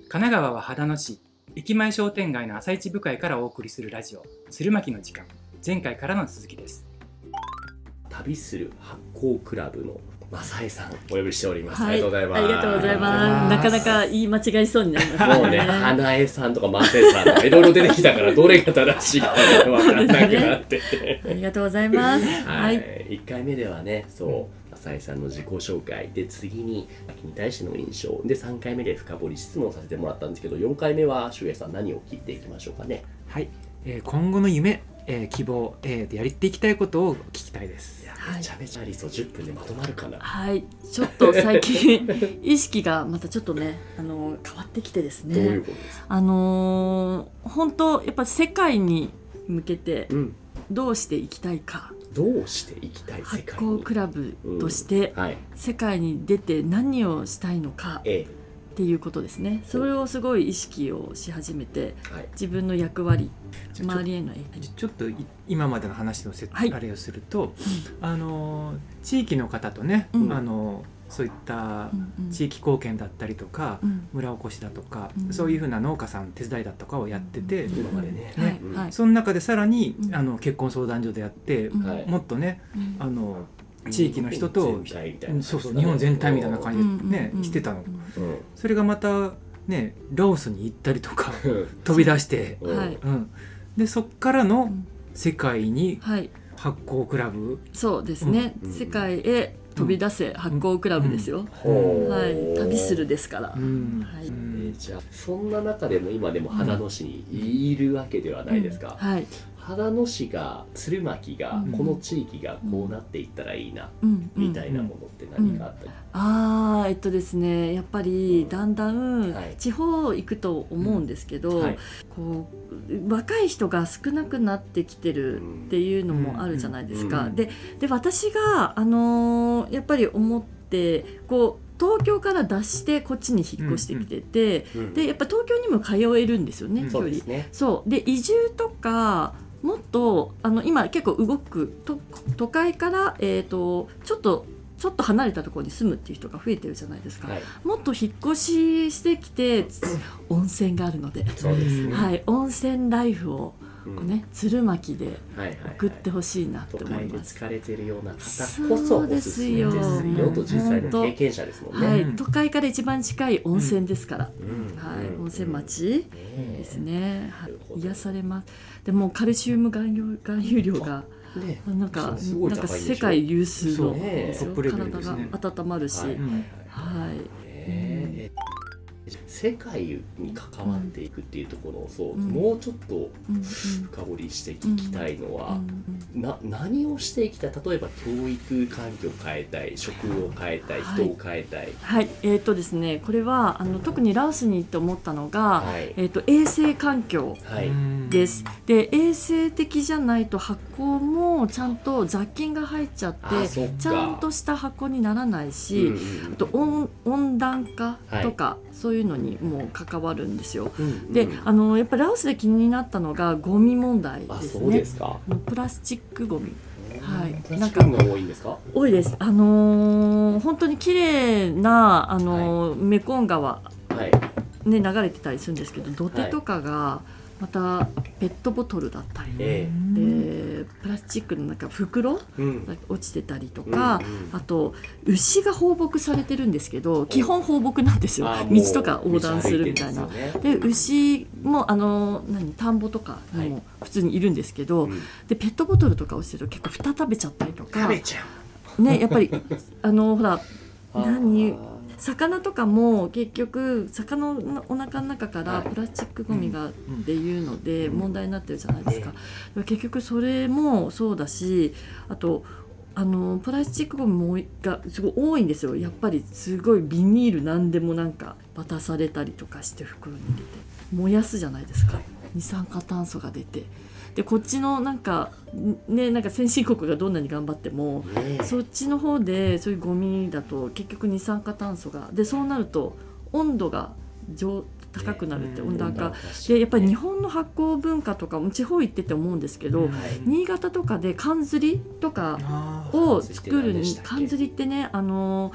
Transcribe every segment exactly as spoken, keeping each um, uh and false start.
神奈川は秦野市駅前商店街の朝市部会からお送りするラジオ鶴巻の時間、前回からの続きです。 旅する発酵クラブの正江さんお呼びしております、 はい、 ありがとうございます。 ありがとうございます。なかなか言い間違いそうになりますね。 もうね、花江さんとか正江さんとかいろいろ出てきたからどれが正しいか分からなくなっててありがとうございます。 はい、はい、いっかいめではね、そう正江さんの自己紹介で、次に秋に対しての印象で、さんかいめで深掘り質問させてもらったんですけど、よんかいめは周平さん何を聞いていきましょうかね。 はい、えー、今後の夢、えー、希望、えー、やりていきたいことを聞きたいです。 いや、めちゃめちゃありそう。じゅっぷんでまとまるかな。 はい、ちょっと最近意識がまたちょっとね、あの変わってきてですね。 どういうことですか？ あのー、本当やっぱ世界に向けてどうしていきたいか、 うん、どうしていきたい、 発酵クラブとして世界に出て何をしたいのかっていうことですね。それをすごい意識をし始めて、はい、自分の役割、周りへの影響、 ちょっと今までの話のせ、はい、あれをすると、うん、あの地域の方とね、うん、あのそういった地域貢献だったりとか、うん、村おこしだとか、うん、そういうふうな農家さん手伝いだとかをやってて、うん、 今までね、 ね、はいはい、その中でさらに、うん、あの結婚相談所でやって、うん、もっとね、うん、あの地域の人と、うん、そうそう、日本全体みたいな感じでね、うん、してたの、うん、それがまたね、ラオスに行ったりとか飛び出して、うん、でそっからの世界に発酵クラブ、 そうですね、うん、世界へ飛び出せ発酵クラブですよ、うん、はい、旅するですから、うんはい、 えー、じゃあそんな中でも今でも秦野市にいるわけではないですか、 うん、はい、 秦野市が鶴巻が、うん、この地域がこうなっていったらいいな、うん、みたいなものって何かあったり、 うんうん、あーえっとですね、やっぱりだんだん地方行くと思うんですけど、はい、こう若い人が少なくなってきてるっていうのもあるじゃないですか、うんうん、で, で私が、あのー、やっぱり思ってこう東京から脱してこっちに引っ越してきてて、うんうん、でやっぱ東京にも通えるんですよね、うん、距離。そうですね。そうで移住とかもっとあの今結構動くと都会から、えー、とちょっとちょっと離れたところに住むっていう人が増えてるじゃないですか、はい、もっと引っ越ししてきて温泉があるので、 そうですね、 はい、温泉ライフをこうね、鶴巻で送ってほしいなって思います。 都会で疲れてるような方こそおすすめですよと、実際の経験者ですもんね、 はい、都会から一番近い温泉ですから、うんはい、温泉町ですね、はい、癒されます。でもカルシウム含有、含有量がね、なんか、なんか世界有数の、ね、体が温まるし、はい、はいはいえー世界に関わっていくっていうところをそう、うん、もうちょっと深掘りしていきたいのは、うんうん、な何をしていきたい、例えば教育環境を変えたい、食を変えたい、人を変えたい、はいはい、えーとですね、これはあの特にラオスに行って思ったのが、はい、えーと衛生環境です、はい、で衛生的じゃないと発酵もちゃんと雑菌が入っちゃってちゃんとした発酵にならないし、うんうん、あと 温, 温暖化とか、はい、そういうのにも関わるんですよ、うんうん、であのやっぱりラオスで気になったのがゴミ問題ですね。あ、そうですか。プラスチックゴミ、 はい、なんか多いんですか？ 多いです。あのー、本当に綺麗なあのーはい、メコン川、はいね、流れてたりするんですけど、土手とかがまたペットボトルだったり、えー、でプラスチックのなんか袋、うん、落ちてたりとか、うんうん、あと牛が放牧されてるんですけど、基本放牧なんですよ。道とか横断するみたいな。で牛もあの何田んぼとかにも普通にいるんですけど、はい、でペットボトルとか落ちてると結構蓋食べちゃったりとか、 食べちゃうね、やっぱりあのほら何魚とかも結局魚のお腹の中からプラスチックゴミがっていうので問題になってるじゃないですか。結局それもそうだし、あとあのプラスチックゴミもがすごい多いんですよ。やっぱりすごいビニール何でもなんか渡されたりとかして袋に入れて燃やすじゃないですか。二酸化炭素が出て、でこっちのなんかね、なんか先進国がどんなに頑張っても、ね、そっちの方でそういうゴミだと結局二酸化炭素がで、そうなると温度が上高くなるって、ね、温暖化、ね、でやっぱり日本の発酵文化とかも地方行ってて思うんですけど、はい、新潟とかで缶ずりとかを作るに、缶ずりってね、あの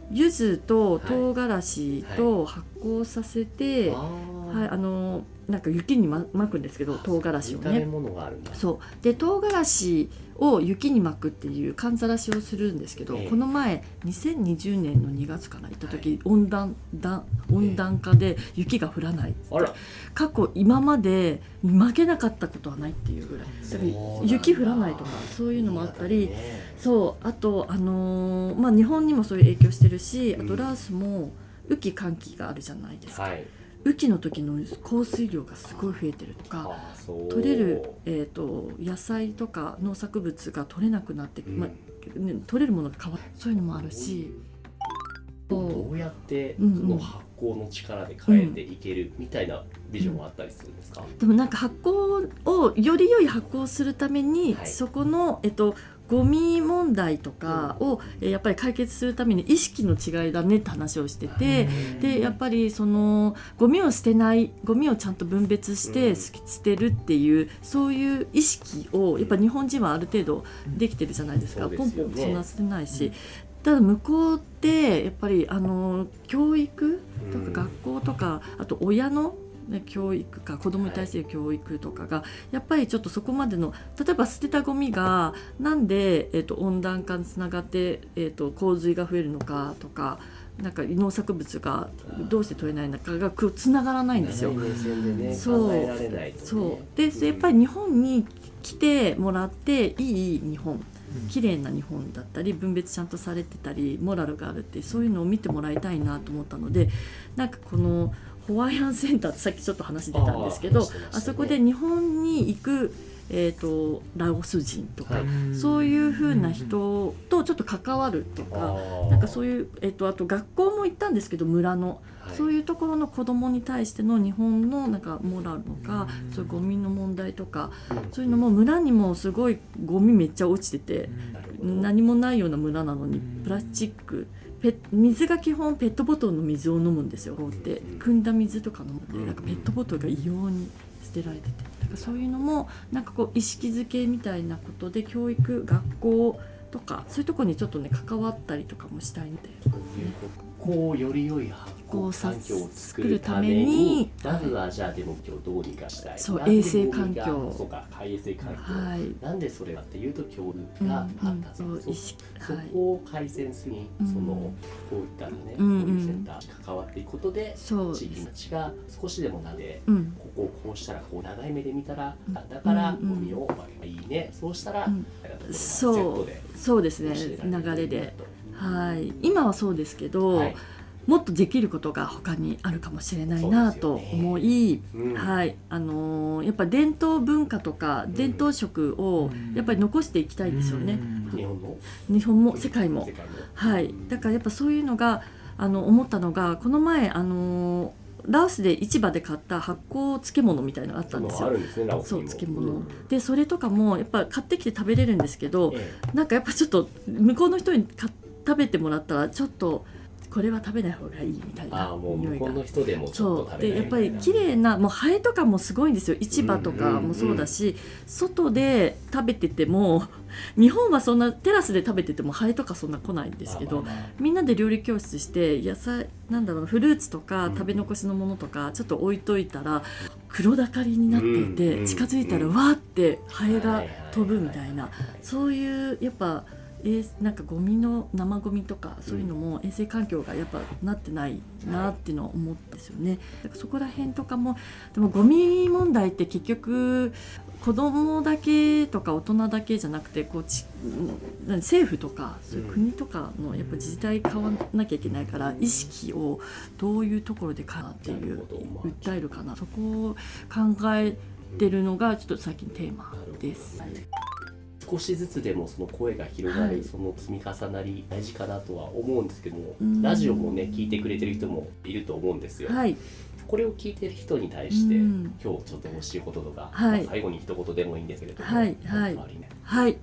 柚子と唐辛子と発酵させて、はいはい、あのなんか雪にま巻くんですけど、唐辛子をね。 炒め物があるんだ。 そうで唐辛子を雪に巻くっていう寒ざらしをするんですけど、えー、この前にせんにじゅうねんのにがつから行った時、はい、温暖だ温暖化で雪が降らない、えー、過去今まで負けなかったことはないっていうぐらい、だから雪降らないとかそういうのもあったり、そうあとあのー、まあ日本にもそういう影響してるし、あとラオスも雨季乾季があるじゃないですか、はい、雨季の時の降水量がすごい増えてるとか、取れる、えーと、野菜とか農作物が取れなくなって、うんまあね、取れるものが変わる、そういうのもあるし、 どうやってその発酵の力で変えていけるみたいなビジョンはあったりするんですか？ うん、でもなんか発酵をより良い発酵をするために、はい、そこの、えっとゴミ問題とかをやっぱり解決するために意識の違いだねって話をしてて、でやっぱりそのゴミを捨てない、ゴミをちゃんと分別して捨てるっていうそういう意識をやっぱ日本人はある程度できてるじゃないですか。ポンポンそんな捨てないし、ただ向こうってやっぱりあの教育とか学校とか、あと親の教育か子どもに対する教育とかがやっぱりちょっとそこまでの、例えば捨てたゴミがなんで、えー、と温暖化につながって、えー、と洪水が増えるのかとか、なんか農作物がどうして取れないのかがつながらないんですよ。そうそうでやっぱり日本に来てもらっていい日本、綺麗な日本だったり分別ちゃんとされてたりモラルがあるって、そういうのを見てもらいたいなと思ったので、なんかこのホワイアンセンターってさっきちょっと話出たんですけど、 あ, あそこで日本に行く、えー、とラオス人とか、はい、そういう風な人とちょっと関わるとか、なんかそういう、えー、とあと学校も行ったんですけど、村の、はい、そういうところの子どもに対しての日本のなんかモラルとか、そういうゴミの問題とか、そういうのも村にもすごいゴミめっちゃ落ちてて、何もないような村なのにプラスチック、ペ水が基本ペットボトルの水を飲むんですよ。こうやって汲んだ水とか飲んで、なんかペットボトルが異様に捨てられてて、なんかそういうのもなんかこう意識づけみたいなことで、教育学校とかそういうところにちょっとね関わったりとかもしたいので、 こうより良い発酵環境を作るために、まずはじゃあでも今日どうにかしたい、 そう衛生環境、 そうか衛生環境、 はい、 なんでそれかっていうと教育が発達、うんうん、そ, そこを改善するに、うん、そのこういったね、うん、交流センターに関わっていくことで、うん、地域の地が少しでもなんで、うん、ここをこうしたらこう長い目で見たら、うん、だからゴミを、うんまあ、いいね、そうしたら、うん、 そうそうですね、流れで、はい、今はそうですけど、はい、もっとできることが他にあるかもしれないなと思い、うんはいあのー、やっぱ伝統文化とか、うん、伝統食をやっぱり残していきたいですよね、うん、日本も日本も世界も、世界もはい、だからやっぱそういうのがあの思ったのが、この前あのーラオスで市場で買った発酵漬物みたいなのがあったんですよ。そう漬物、うん、でそれとかもやっぱ買ってきて食べれるんですけど、ええ、なんかやっぱちょっと向こうの人に食べてもらったらちょっとこれは食べない方がいいみたいな匂いが、 の人でもちょっと食べないみたいな。そうでやっぱり綺麗なもうハエとかもすごいんですよ。市場とかもそうだし、うんうんうん、外で食べてても日本はそんなテラスで食べててもハエとかそんな来ないんですけど、まあまあまあ、みんなで料理教室して野菜なんだろうフルーツとか食べ残しのものとかちょっと置いといたら黒だかりになっていて、うんうん、近づいたらわーってハエが飛ぶみたいな、そういうやっぱえー、なんかゴミの生ゴミとかそういうのも衛生環境がやっぱなってないなっていうのを思ったんですよね。だからそこら辺とかもでもゴミ問題って結局子供だけとか大人だけじゃなくてこうち政府とかそういう国とかのやっぱ自治体変わんなきゃいけないから、意識をどういうところでかなっていう訴えるかな、そこを考えてるのがちょっと最近テーマです。 少しずつでもその声が広がり、はい、その積み重なり大事かなとは思うんですけども、ラジオもね聞いてくれてる人もいると思うんですよ、はい、これを聞いてる人に対して今日ちょっと欲しいこととか、はいまあ、最後に一言でもいいんですけれども、 はいはいはい、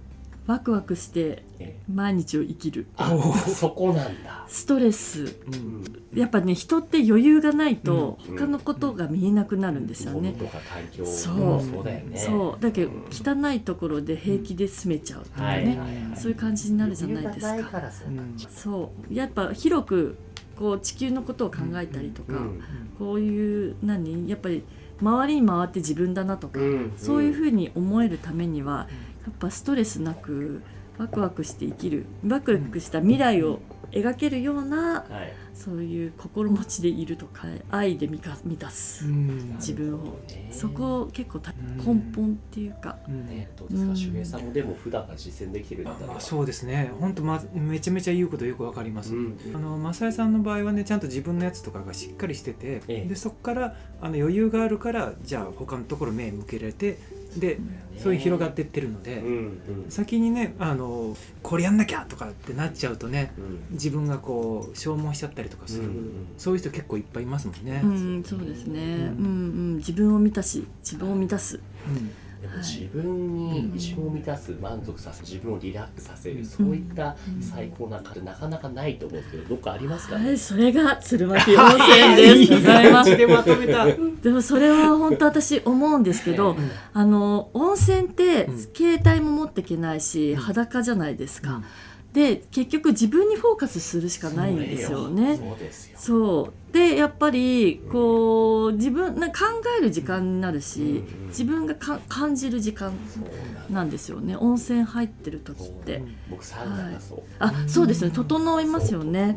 ワクワクして毎日を生きる。 あ、そこなんだ。 ストレス、うん、やっぱね人って余裕がないと他のことが見えなくなるんですよね。そうだよね。そうだけど汚いところで平気で住めちゃうとかね、そういう感じになるじゃないですか。そうやっぱ広くこう地球のことを考えたりとか、うん、こういう何やっぱり周りに回って自分だなとか、うん、そういうふうに思えるためにはやっぱストレスなくワクワクして生きる、ワクワクした未来を描けるような、はい、そういう心持ちでいるとか愛で満たす自分を、そこ結構根本っていうか、 ね、どうですか、周平さんもでも普段から実践できてるんだったら。 そうですね、本当、ま、めちゃめちゃ言うことよくわかります。うん、あの正江さんの場合はねちゃんと自分のやつとかがしっかりしてて、ええ、でそこからあの余裕があるからじゃあ他のところ目向けられてでそういう広がっていってるので、うんうん、先にねあのこれやんなきゃとかってなっちゃうとね、うん、自分がこう消耗しちゃったりとかする、うんうん、そういう人結構いっぱいいますもんね。 うん、そうですね、うんうん、自分を満たし自分を満たす、 うんでも自分に自分を満たす、満足させ自分をリラックスさせる、うん、そういった最高な方なかなかないと思うんですけど、どっかありますかね。 はい、それが鶴巻温泉です。ございます。 でまとめた。 でもそれは本当私思うんですけど、うん、あの温泉って携帯も持っていけないし、うん、裸じゃないですか。うんで結局自分にフォーカスするしかないんですよね。 そうですよ。 そうでやっぱりこう自分な考える時間になるし、うんうん、自分がか感じる時間なんですよね。温泉入ってる時って。 僕サウナがそう。 はい、あ、そうですね。整いますよね。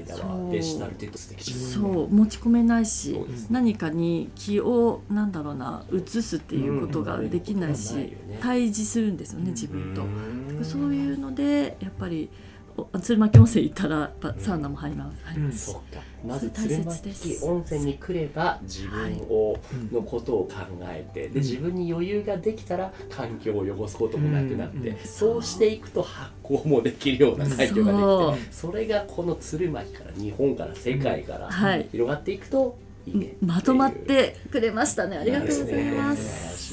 そう、持ち込めないし、何かに気をなんだろうな移すっていうことができないし、うん、対峙するんですよね自分と。そういうのでやっぱり鶴巻温泉行ったらやっぱサウナも入ります。 うん、そうか。まず鶴巻温泉に来れば自分を、はい、のことを考えて、で自分に余裕ができたら環境を汚すこともなくなって、うん、そうしていくと発酵もできるような環境ができて、それがこの鶴巻から日本から世界から広がっていくと。いいね、 まとまってくれましたね。ありがとうございます。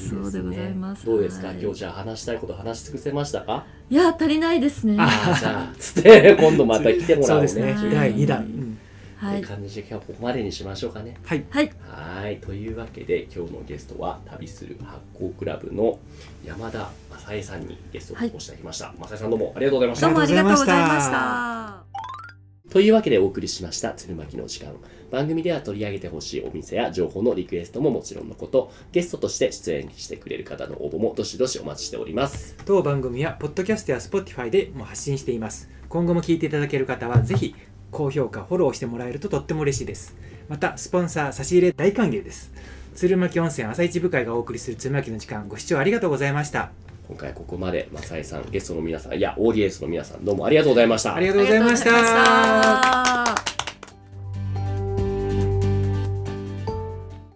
そうでございます。 どうですか、はい、今日じゃあ話したいこと話し尽くせましたか。 いや足りないですね。 あじゃあつって今度また来てもらおうね。 そうですね、だいにだん、うんはい、という感じで今日はここまでにしましょうかね。 はいはいはいというわけで今日のゲストは旅する発酵クラブの山田正恵さんにゲストをお越しいただきました。はい、正恵さんどうもありがとうございました。 どうもありがとうございました。 というわけでお送りしました鶴巻の時間。番組では取り上げてほしいお店や情報のリクエストももちろんのこと、ゲストとして出演してくれる方の応募もどしどしお待ちしております。 当番組はポッドキャストや Spotify でも発信しています。今後も聞いていただける方はぜひ高評価フォローしてもらえるととっても嬉しいです。またスポンサー差し入れ大歓迎です。鶴巻温泉朝市部会がお送りする鶴巻の時間、ご視聴ありがとうございました。 今回ここまで正恵さん、ゲストの皆さん、いやオーディエンスの皆さんどうもありがとうございました。 ありがとうございました。